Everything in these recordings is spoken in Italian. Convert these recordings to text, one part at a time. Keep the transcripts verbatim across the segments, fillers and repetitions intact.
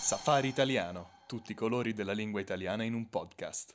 Safari Italiano, tutti i colori della lingua italiana in un podcast.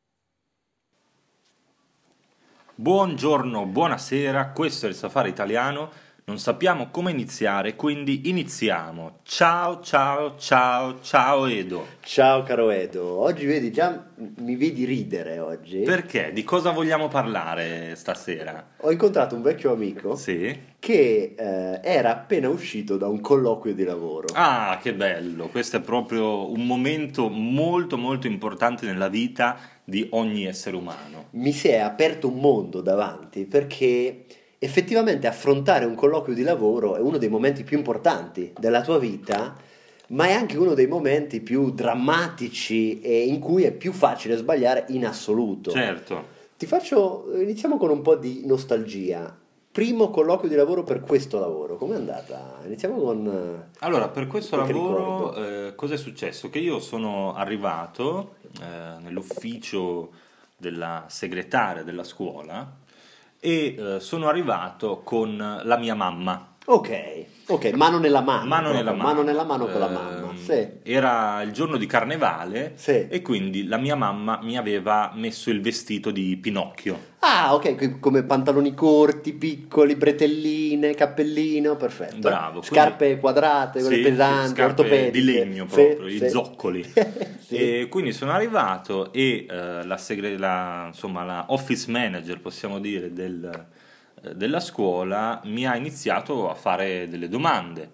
Buongiorno, buonasera, questo è il Safari Italiano. Non sappiamo come iniziare, quindi iniziamo. Ciao, ciao, ciao, ciao Edo. Ciao caro Edo, oggi vedi già mi vedi ridere oggi. Perché? Di cosa vogliamo parlare stasera? Ho incontrato un vecchio amico Sì? che eh, era appena uscito da un colloquio di lavoro. Ah, che bello! Questo è proprio un momento molto molto importante nella vita di ogni essere umano. Mi si è aperto un mondo davanti perché effettivamente affrontare un colloquio di lavoro è uno dei momenti più importanti della tua vita, ma è anche uno dei momenti più drammatici e in cui è più facile sbagliare in assoluto. Certo. Ti faccio, iniziamo con un po' di nostalgia. Primo colloquio di lavoro per questo lavoro, com'è andata? Iniziamo con... Allora, per questo qualche lavoro ricordo. eh, cosa è successo? Che io sono arrivato eh, nell'ufficio della segretaria della scuola e eh, sono arrivato con la mia mamma. Ok, ok, mano nella mano. Mano nella proprio, mano. mano nella mano con la Ehm, mamma. Sì. Era il giorno di carnevale Sì. e quindi la mia mamma mi aveva messo il vestito di Pinocchio. Ah, ok, qui- come pantaloni corti, piccoli, bretelline, cappellino, perfetto. Bravo, Scarpe quindi- quadrate, quelle Sì, pesanti, scarpe ortopediche. di legno Sì, proprio, sì. i zoccoli. Sì. E quindi sono arrivato e eh, la, segre- la, insomma, la office manager, possiamo dire, del- eh, della scuola mi ha iniziato a fare delle domande.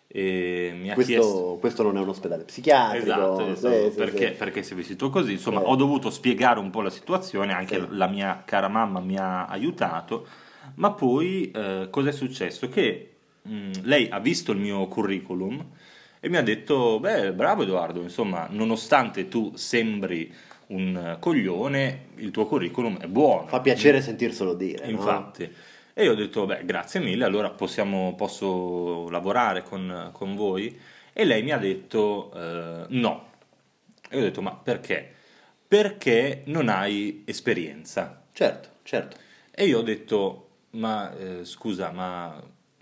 E mi ha chiesto... Questo, questo non è un ospedale psichiatrico. Esatto, sì, esatto, sì, perché, sì. perché si è vestito così, insomma Sì. ho dovuto spiegare un po' la situazione, anche Sì. la mia cara mamma mi ha aiutato, ma poi eh, cosa è successo? Che mh, lei ha visto il mio curriculum e mi ha detto, beh bravo Edoardo, insomma nonostante tu sembri un coglione, il tuo curriculum è buono. Fa piacere sentirselo dire, no? Infatti. E io ho detto, beh, grazie mille, allora possiamo, posso lavorare con, con voi? E lei mi ha detto, eh, no. E io ho detto, ma perché? Perché non hai esperienza. Certo, certo. E io ho detto, ma eh, scusa, ma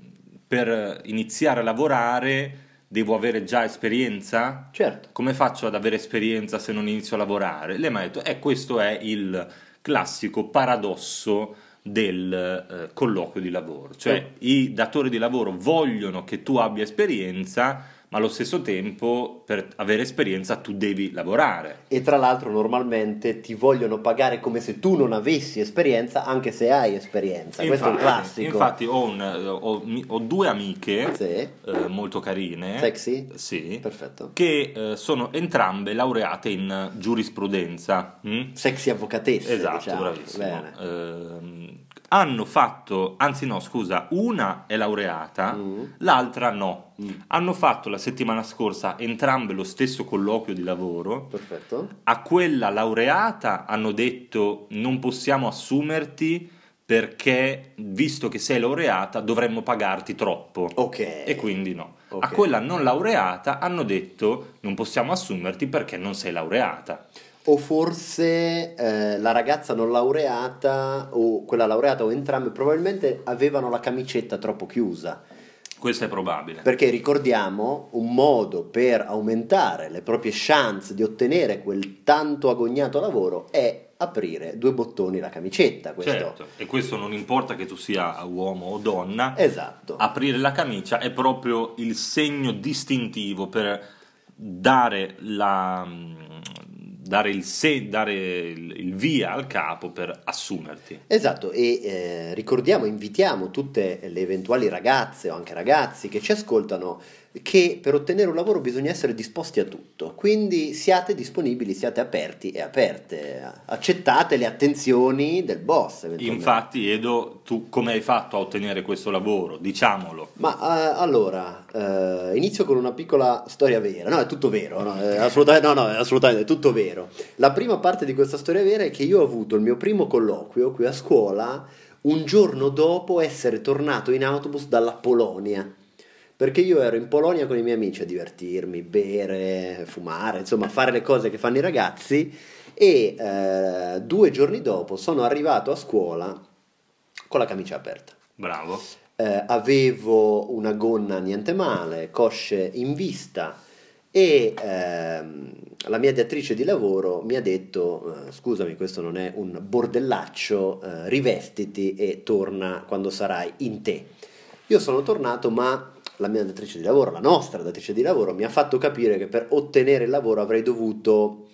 per iniziare a lavorare devo avere già esperienza? Certo. Come faccio ad avere esperienza se non inizio a lavorare? Lei mi ha detto, eh, questo è il classico paradosso del eh, colloquio di lavoro, cioè i datori di lavoro vogliono che tu abbia esperienza, ma allo stesso tempo per avere esperienza tu devi lavorare. E tra l'altro normalmente ti vogliono pagare come se tu non avessi esperienza, anche se hai esperienza. Questo è un classico. Infatti ho, un, ho, ho due amiche Sì. eh, molto carine, Sexy? sì, Perfetto. che eh, sono entrambe laureate in giurisprudenza. mm? Sexy avvocatesse, Esatto, diciamo. bravissimo. Bene. Ehm, hanno fatto, anzi no, scusa, una è laureata, Mm. l'altra no. Mm. Hanno fatto la settimana scorsa entrambe lo stesso colloquio di lavoro. Perfetto. A quella laureata hanno detto non possiamo assumerti perché, visto che sei laureata, dovremmo pagarti troppo. Ok. E quindi no. Ok. A quella non laureata hanno detto non possiamo assumerti perché non sei laureata. O forse eh, la ragazza non laureata o quella laureata o entrambe probabilmente avevano la camicetta troppo chiusa. Questo è probabile. Perché ricordiamo, un modo per aumentare le proprie chance di ottenere quel tanto agognato lavoro è aprire due bottoni la camicetta. Questo. Certo, e questo non importa che tu sia uomo o donna, Esatto. aprire la camicia è proprio il segno distintivo per dare la dare il, se, dare il, il via al capo per assumerti. Esatto, e eh, ricordiamo, invitiamo tutte le eventuali ragazze o anche ragazzi che ci ascoltano che per ottenere un lavoro bisogna essere disposti a tutto, quindi siate disponibili, siate aperti e aperte, accettate le attenzioni del boss eventualmente. Infatti Edo, tu come hai fatto a ottenere questo lavoro? Diciamolo. Ma eh, allora, eh, inizio con una piccola storia vera, no è tutto vero, no, è assolutamente, no, no, è assolutamente è tutto vero. La prima parte di questa storia vera è che io ho avuto il mio primo colloquio qui a scuola un giorno dopo essere tornato in autobus dalla Polonia. Perché io ero in Polonia con i miei amici a divertirmi, bere, fumare, insomma fare le cose che fanno i ragazzi e eh, due giorni dopo sono arrivato a scuola con la camicia aperta. Bravo. Eh, avevo una gonna niente male, cosce in vista e ehm, la mia datrice di lavoro mi ha detto: eh, scusami, questo non è un bordellaccio, eh, rivestiti e torna quando sarai in te. Io sono tornato, ma la mia datrice di lavoro, la nostra datrice di lavoro, mi ha fatto capire che per ottenere il lavoro avrei dovuto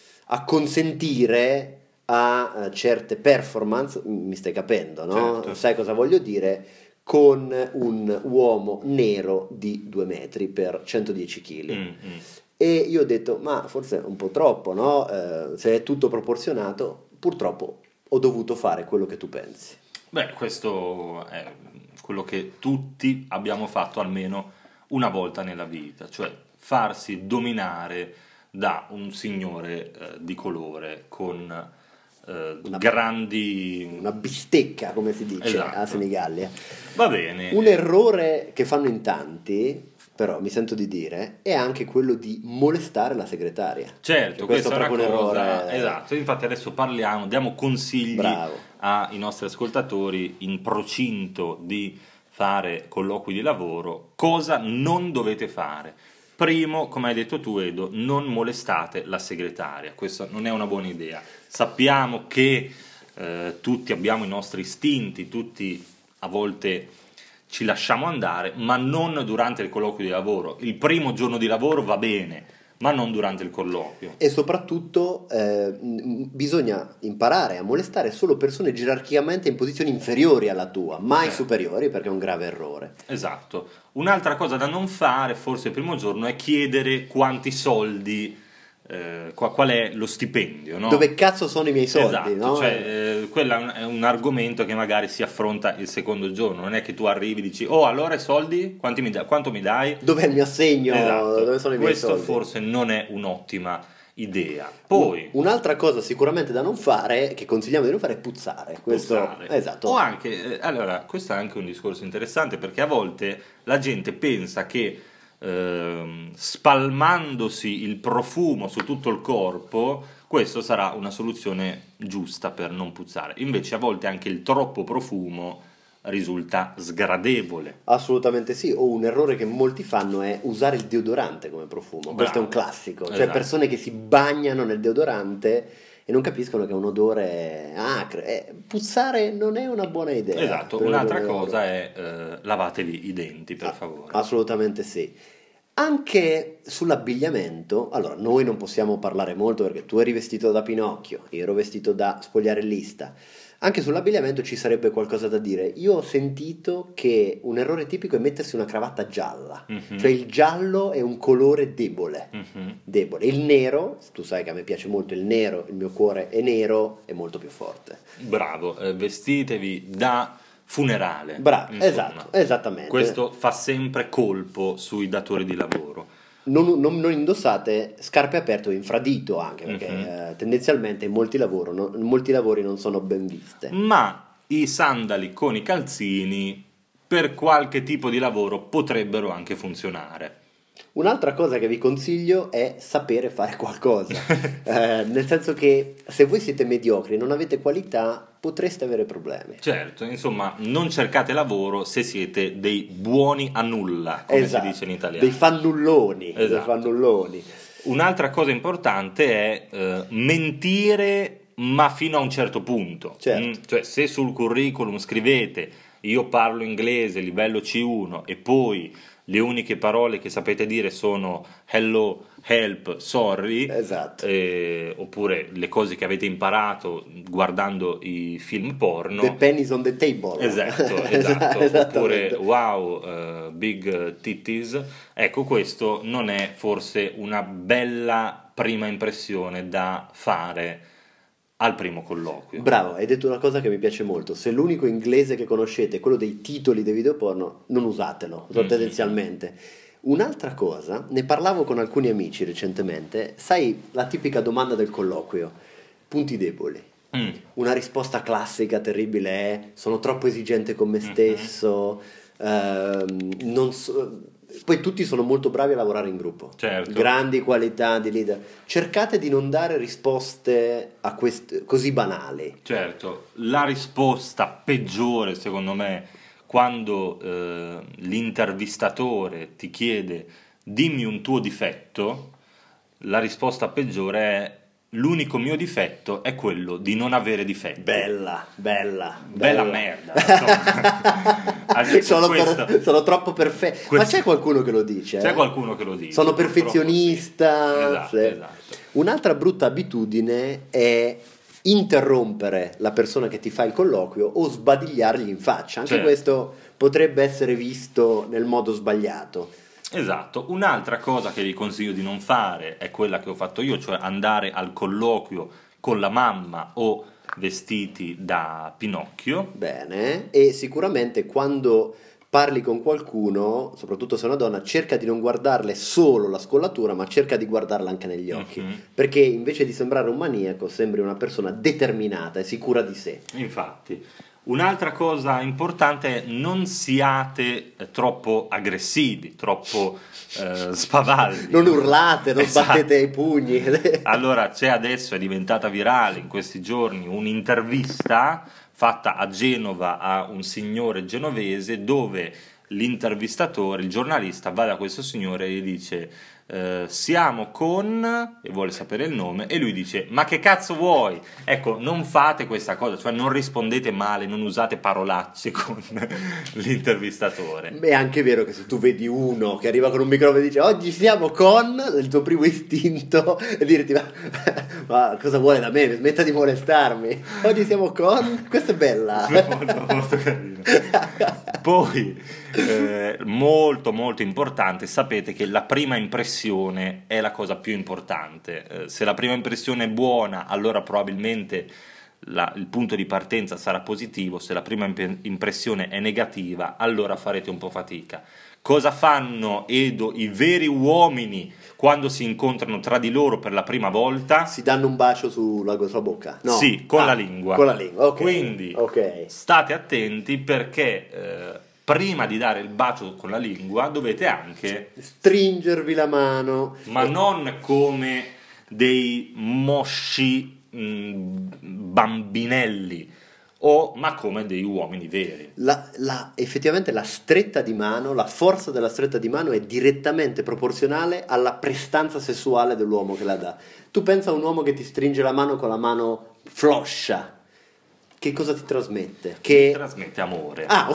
acconsentire a certe performance, mi stai capendo, no? Certo. Sai cosa voglio dire? Con un uomo nero di due metri per centodieci chili. Mm-hmm. E io ho detto, ma forse è un po' troppo, no? Eh, se è tutto proporzionato, purtroppo ho dovuto fare quello che tu pensi. Beh, questo è quello che tutti abbiamo fatto almeno una volta nella vita, cioè farsi dominare da un signore eh, di colore con eh, Una- grandi... Una bistecca, come si dice Esatto. a Senigallia. Va bene. Un errore che fanno in tanti, però mi sento di dire, è anche quello di molestare la segretaria. Certo, Cioè, questa è una proprio un cosa, errore. esatto, infatti adesso parliamo, diamo consigli Bravo. ai nostri ascoltatori in procinto di fare colloqui di lavoro, cosa non dovete fare. Primo, come hai detto tu Edo, non molestate la segretaria, questa non è una buona idea. Sappiamo che eh, tutti abbiamo i nostri istinti, tutti a volte ci lasciamo andare, ma non durante il colloquio di lavoro. Il primo giorno di lavoro va bene, ma non durante il colloquio. E soprattutto eh, m- bisogna imparare a molestare solo persone gerarchicamente in posizioni inferiori alla tua, mai Certo. superiori, perché è un grave errore. Esatto. Un'altra cosa da non fare, forse il primo giorno, è chiedere quanti soldi, eh, qua- qual è lo stipendio, no? Dove cazzo sono i miei soldi? Esatto, No? cioè, eh, quello è un, è un argomento che magari si affronta il secondo giorno, non è che tu arrivi e dici, oh allora i soldi, quanti mi da- quanto mi dai? Dov'è il mio assegno? Esatto. Dove sono i miei Questo soldi? forse non è un'ottima idea. Poi... Un'altra cosa sicuramente da non fare, che consigliamo di non fare, è puzzare. Questo, Puzzare. esatto. O anche, eh, allora, questo è anche un discorso interessante perché a volte la gente pensa che ehm, spalmandosi il profumo su tutto il corpo, questo sarà una soluzione giusta per non puzzare. Invece a volte anche il troppo profumo risulta sgradevole. Assolutamente sì, o un errore che molti fanno è usare il deodorante come profumo. Bravo. Questo è un classico, cioè Esatto. persone che si bagnano nel deodorante e non capiscono che è un odore acre. Eh, puzzare non è una buona idea. Esatto, per un'altra il lavoro. cosa è eh, lavatevi i denti per Ah, favore. Assolutamente sì. Anche sull'abbigliamento, allora noi non possiamo parlare molto perché tu eri vestito da Pinocchio, io ero vestito da spogliarellista. Anche sull'abbigliamento ci sarebbe qualcosa da dire. Io ho sentito che un errore tipico è mettersi una cravatta gialla, Mhm. cioè il giallo è un colore debole. Mhm. Debole. Il nero, tu sai che a me piace molto il nero, il mio cuore è nero, è molto più forte. Bravo, eh, vestitevi da funerale. Bravo, insomma. esatto, esattamente. Questo fa sempre colpo sui datori di lavoro. Non, non- non indossate scarpe aperte o infradito anche, perché Mhm. eh, tendenzialmente in molti, lavoro, no- in molti lavori non sono ben viste. Ma i sandali con i calzini per qualche tipo di lavoro potrebbero anche funzionare. Un'altra cosa che vi consiglio è sapere fare qualcosa, Eh, nel senso che se voi siete mediocri e non avete qualità potreste avere problemi. Certo, insomma, non cercate lavoro se siete dei buoni a nulla, come Esatto, si dice in italiano. dei fannulloni, dei Esatto. fannulloni. Un'altra cosa importante è eh, mentire, ma fino a un certo punto. Certo. Mm, cioè, se sul curriculum scrivete io parlo inglese livello C uno e poi le uniche parole che sapete dire sono hello, help, sorry, Esatto. eh, oppure le cose che avete imparato guardando i film porno. The pennies on the table. Esatto, Esa- esatto. Oppure esattamente. wow, eh, big titties. Ecco, questo non è forse una bella prima impressione da fare al primo colloquio. Bravo, hai detto una cosa che mi piace molto. Se l'unico inglese che conoscete è quello dei titoli dei video porno, non usatelo, Mm. tendenzialmente. Un'altra cosa, ne parlavo con alcuni amici recentemente, sai la tipica domanda del colloquio, punti deboli. Mm. Una risposta classica terribile è sono troppo esigente con me Mhm. stesso, ehm, non so- poi tutti sono molto bravi a lavorare in gruppo, Certo. grandi qualità di leader. Cercate di non dare risposte a queste, così banali. Certo, la risposta peggiore secondo me quando eh, l'intervistatore ti chiede dimmi un tuo difetto, la risposta peggiore è l'unico mio difetto è quello di non avere difetti. Bella, bella, bella, bella. merda. Insomma, sono, questo, per, sono troppo perfetto. Ma c'è qualcuno che lo dice? C'è eh? qualcuno che lo dice. Sono perfezionista. Sì. Esatto, sì. esatto. Un'altra brutta abitudine è interrompere la persona che ti fa il colloquio o sbadigliargli in faccia. Anche certo. questo potrebbe essere visto nel modo sbagliato. Esatto, un'altra cosa che vi consiglio di non fare è quella che ho fatto io, cioè andare al colloquio con la mamma o vestiti da Pinocchio. Bene, e sicuramente quando parli con qualcuno, soprattutto se è una donna, cerca di non guardarle solo la scollatura, ma cerca di guardarla anche negli occhi, Mm-hmm. perché invece di sembrare un maniaco sembri una persona determinata e sicura di sé. Infatti. Un'altra cosa importante è non siate troppo aggressivi, troppo eh, spavaldi. Non urlate, non Esatto. sbattete i pugni. Allora c'è adesso, è diventata virale in questi giorni, un'intervista fatta a Genova a un signore genovese dove l'intervistatore, il giornalista, va da questo signore e gli dice eh, siamo con, e vuole sapere il nome, e lui dice ma che cazzo vuoi? Ecco, non fate questa cosa, cioè non rispondete male, non usate parolacce con l'intervistatore. È anche vero che se tu vedi uno che arriva con un microfono e dice oggi siamo con, il tuo primo istinto è dirti ma, ma cosa vuole da me? Smetta di molestarmi. Oggi siamo con, questa è bella. molto, molto carino. Poi eh, molto molto importante, sapete che la prima impressione è la cosa più importante. Eh, se la prima impressione è buona, allora probabilmente la, il punto di partenza sarà positivo. Se la prima imp- impressione è negativa, allora farete un po' fatica. Cosa fanno, Edo, i veri uomini quando si incontrano tra di loro per la prima volta? Si danno un bacio sulla, sulla bocca? No. Sì, con Ah, la lingua. Con la lingua, ok. Quindi okay. state attenti perché eh, prima di dare il bacio con la lingua dovete anche stringervi la mano. ma non come dei mosci mh, bambinelli o ma come dei uomini veri. La, la, effettivamente la stretta di mano, la forza della stretta di mano è direttamente proporzionale alla prestanza sessuale dell'uomo che la dà. Tu pensa a un uomo che ti stringe la mano con la mano floscia, che cosa ti trasmette? Che trasmette amore. Ah,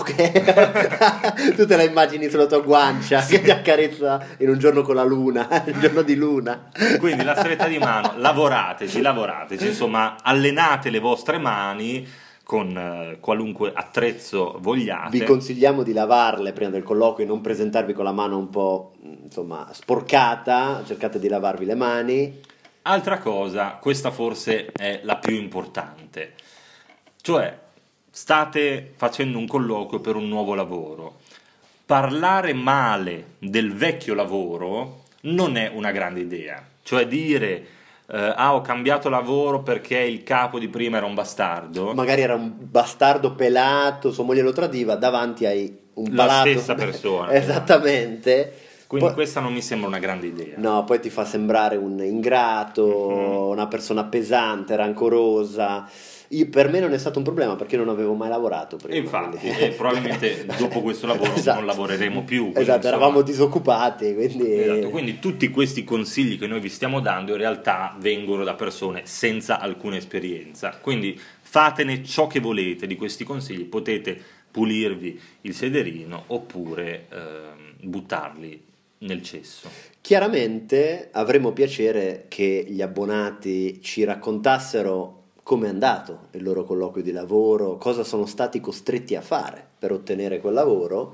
ok. Tu te la immagini sulla tua guancia che ti accarezza in un giorno con la luna, il giorno di luna. Quindi la stretta di mano, lavorateci, lavorateci, insomma, allenate le vostre mani con eh, qualunque attrezzo vogliate. Vi consigliamo di lavarle prima del colloquio e non presentarvi con la mano un po', insomma, sporcata, cercate di lavarvi le mani. Altra cosa, questa forse è la più importante, cioè state facendo un colloquio per un nuovo lavoro. Parlare male del vecchio lavoro non è una grande idea, cioè dire Uh, ah, ho cambiato lavoro perché il capo di prima era un bastardo. Magari era un bastardo pelato, sua moglie lo tradiva, davanti hai un la palato. stessa persona. Esattamente. Quindi poi, questa non mi sembra una grande idea. No, poi ti fa sembrare un ingrato, mm-hmm. una persona pesante, rancorosa. Io, per me non è stato un problema perché non avevo mai lavorato prima. Infatti, e probabilmente dopo questo lavoro esatto. non lavoreremo più. Esatto, insomma, eravamo disoccupati. Quindi... Esatto, quindi tutti questi consigli che noi vi stiamo dando in realtà vengono da persone senza alcuna esperienza. Quindi fatene ciò che volete di questi consigli, potete pulirvi il sederino oppure eh, buttarli nel cesso. Chiaramente avremmo piacere che gli abbonati ci raccontassero come è andato il loro colloquio di lavoro, cosa sono stati costretti a fare per ottenere quel lavoro,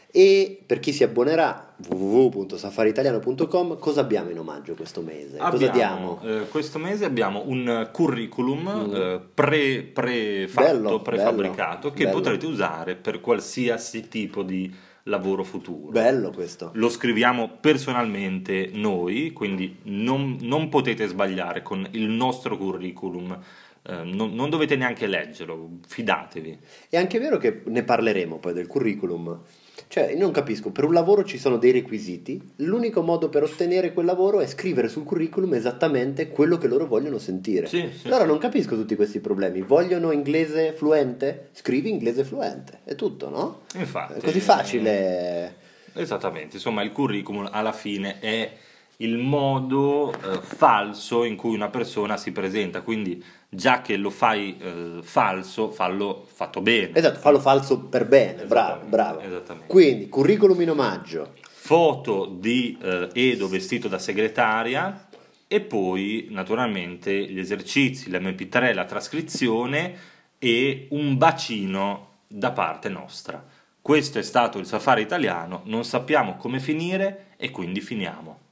e per chi si abbonerà w w w punto safaritaliano punto com cosa abbiamo in omaggio questo mese? Abbiamo, cosa diamo? Eh, questo mese abbiamo un curriculum mm. eh, pre, prefatto, bello, prefabbricato bello, che bello. potrete usare per qualsiasi tipo di lavoro futuro. Bello questo. Lo scriviamo personalmente noi, quindi non, non potete sbagliare con il nostro curriculum. Uh, non, non dovete neanche leggerlo, fidatevi. È anche vero che ne parleremo poi del curriculum. Cioè, non capisco, per un lavoro ci sono dei requisiti, l'unico modo per ottenere quel lavoro è scrivere sul curriculum esattamente quello che loro vogliono sentire. Sì, sì. Allora non capisco tutti questi problemi. Vogliono inglese fluente? Scrivi inglese fluente, è tutto, no? Infatti. È così facile. Esattamente, insomma il curriculum alla fine è il modo eh, falso in cui una persona si presenta, quindi già che lo fai eh, falso, fallo fatto bene. Esatto, fallo falso per bene, bravo, Esattamente, bravo. esattamente. Quindi, curriculum in omaggio. Foto di eh, Edo vestito da segretaria e poi naturalmente gli esercizi, l'emme pi tre, la trascrizione e un bacino da parte nostra. Questo è stato il Safari Italiano, non sappiamo come finire e quindi finiamo.